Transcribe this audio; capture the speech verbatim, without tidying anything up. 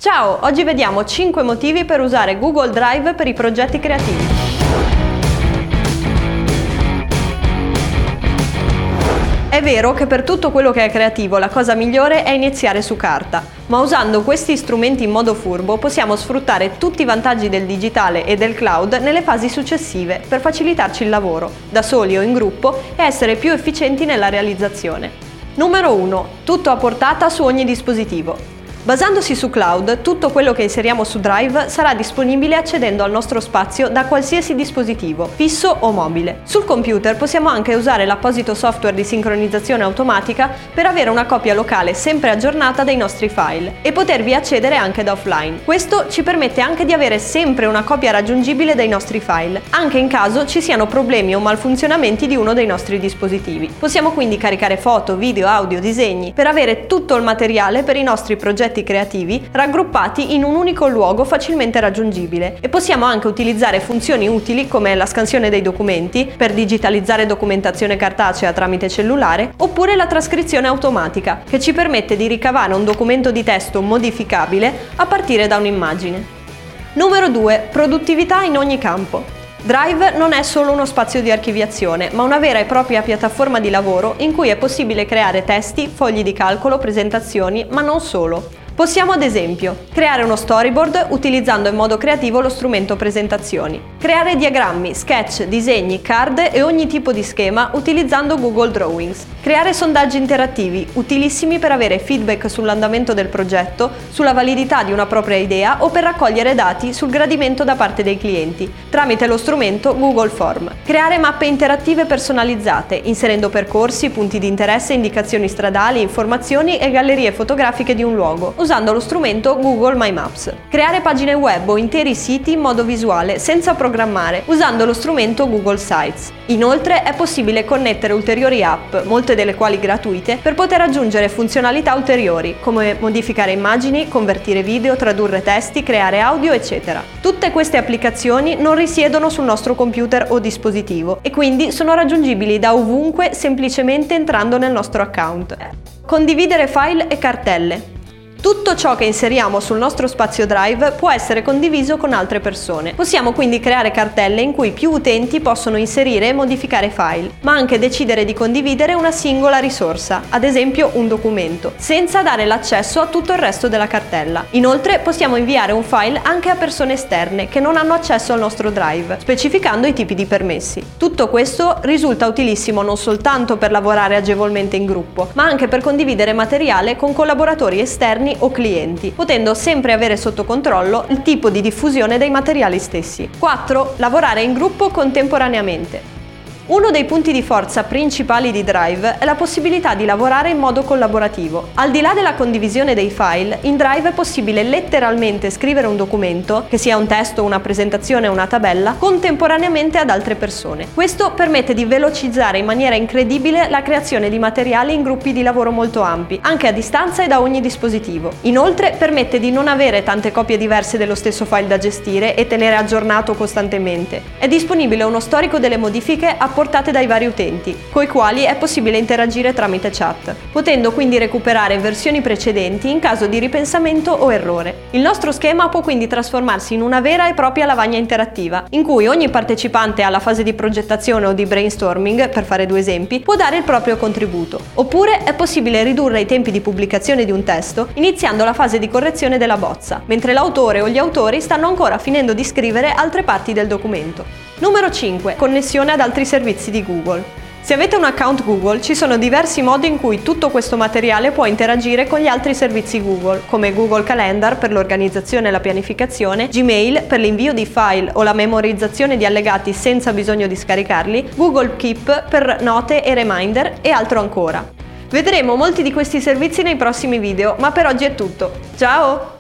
Ciao, oggi vediamo cinque motivi per usare Google Drive per i progetti creativi. È vero che per tutto quello che è creativo la cosa migliore è iniziare su carta, ma usando questi strumenti in modo furbo possiamo sfruttare tutti i vantaggi del digitale e del cloud nelle fasi successive per facilitarci il lavoro, da soli o in gruppo, e essere più efficienti nella realizzazione. Numero uno. Tutto a portata su ogni dispositivo. Basandosi su cloud, tutto quello che inseriamo su Drive sarà disponibile accedendo al nostro spazio da qualsiasi dispositivo, fisso o mobile. Sul computer possiamo anche usare l'apposito software di sincronizzazione automatica per avere una copia locale sempre aggiornata dei nostri file e potervi accedere anche da offline. Questo ci permette anche di avere sempre una copia raggiungibile dei nostri file, anche in caso ci siano problemi o malfunzionamenti di uno dei nostri dispositivi. Possiamo quindi caricare foto, video, audio, disegni per avere tutto il materiale per i nostri progetti creativi raggruppati in un unico luogo facilmente raggiungibile, e possiamo anche utilizzare funzioni utili come la scansione dei documenti per digitalizzare documentazione cartacea tramite cellulare, oppure la trascrizione automatica che ci permette di ricavare un documento di testo modificabile a partire da un'immagine. Numero due. Produttività in ogni campo. Drive non è solo uno spazio di archiviazione, ma una vera e propria piattaforma di lavoro in cui è possibile creare testi, fogli di calcolo, presentazioni, ma non solo. Possiamo ad esempio creare uno storyboard utilizzando in modo creativo lo strumento presentazioni, creare diagrammi, sketch, disegni, card e ogni tipo di schema utilizzando Google Drawings, creare sondaggi interattivi utilissimi per avere feedback sull'andamento del progetto, sulla validità di una propria idea o per raccogliere dati sul gradimento da parte dei clienti tramite lo strumento Google Form, creare mappe interattive personalizzate inserendo percorsi, punti di interesse, indicazioni stradali, informazioni e gallerie fotografiche di un luogo usando lo strumento Google My Maps. Creare pagine web o interi siti in modo visuale senza programmare, usando lo strumento Google Sites. Inoltre è possibile connettere ulteriori app, molte delle quali gratuite, per poter aggiungere funzionalità ulteriori, come modificare immagini, convertire video, tradurre testi, creare audio, eccetera. Tutte queste applicazioni non risiedono sul nostro computer o dispositivo e quindi sono raggiungibili da ovunque semplicemente entrando nel nostro account. Condividere file e cartelle. Tutto ciò che inseriamo sul nostro spazio Drive può essere condiviso con altre persone. Possiamo quindi creare cartelle in cui più utenti possono inserire e modificare file, ma anche decidere di condividere una singola risorsa, ad esempio un documento, senza dare l'accesso a tutto il resto della cartella. Inoltre possiamo inviare un file anche a persone esterne che non hanno accesso al nostro Drive, specificando i tipi di permessi. Tutto questo risulta utilissimo non soltanto per lavorare agevolmente in gruppo, ma anche per condividere materiale con collaboratori esterni o clienti, potendo sempre avere sotto controllo il tipo di diffusione dei materiali stessi. quattro. Lavorare in gruppo contemporaneamente. Uno dei punti di forza principali di Drive è la possibilità di lavorare in modo collaborativo. Al di là della condivisione dei file, in Drive è possibile letteralmente scrivere un documento, che sia un testo, una presentazione o una tabella, contemporaneamente ad altre persone. Questo permette di velocizzare in maniera incredibile la creazione di materiali in gruppi di lavoro molto ampi, anche a distanza e da ogni dispositivo. Inoltre permette di non avere tante copie diverse dello stesso file da gestire e tenere aggiornato costantemente. È disponibile uno storico delle modifiche a apportate dai vari utenti, coi quali è possibile interagire tramite chat, potendo quindi recuperare versioni precedenti in caso di ripensamento o errore. Il nostro schema può quindi trasformarsi in una vera e propria lavagna interattiva, in cui ogni partecipante alla fase di progettazione o di brainstorming, per fare due esempi, può dare il proprio contributo. Oppure è possibile ridurre i tempi di pubblicazione di un testo iniziando la fase di correzione della bozza, mentre l'autore o gli autori stanno ancora finendo di scrivere altre parti del documento. Numero cinque. Connessione ad altri servizi di Google. Se avete un account Google, ci sono diversi modi in cui tutto questo materiale può interagire con gli altri servizi Google, come Google Calendar per l'organizzazione e la pianificazione, Gmail per l'invio di file o la memorizzazione di allegati senza bisogno di scaricarli, Google Keep per note e reminder e altro ancora. Vedremo molti di questi servizi nei prossimi video, ma per oggi è tutto. Ciao!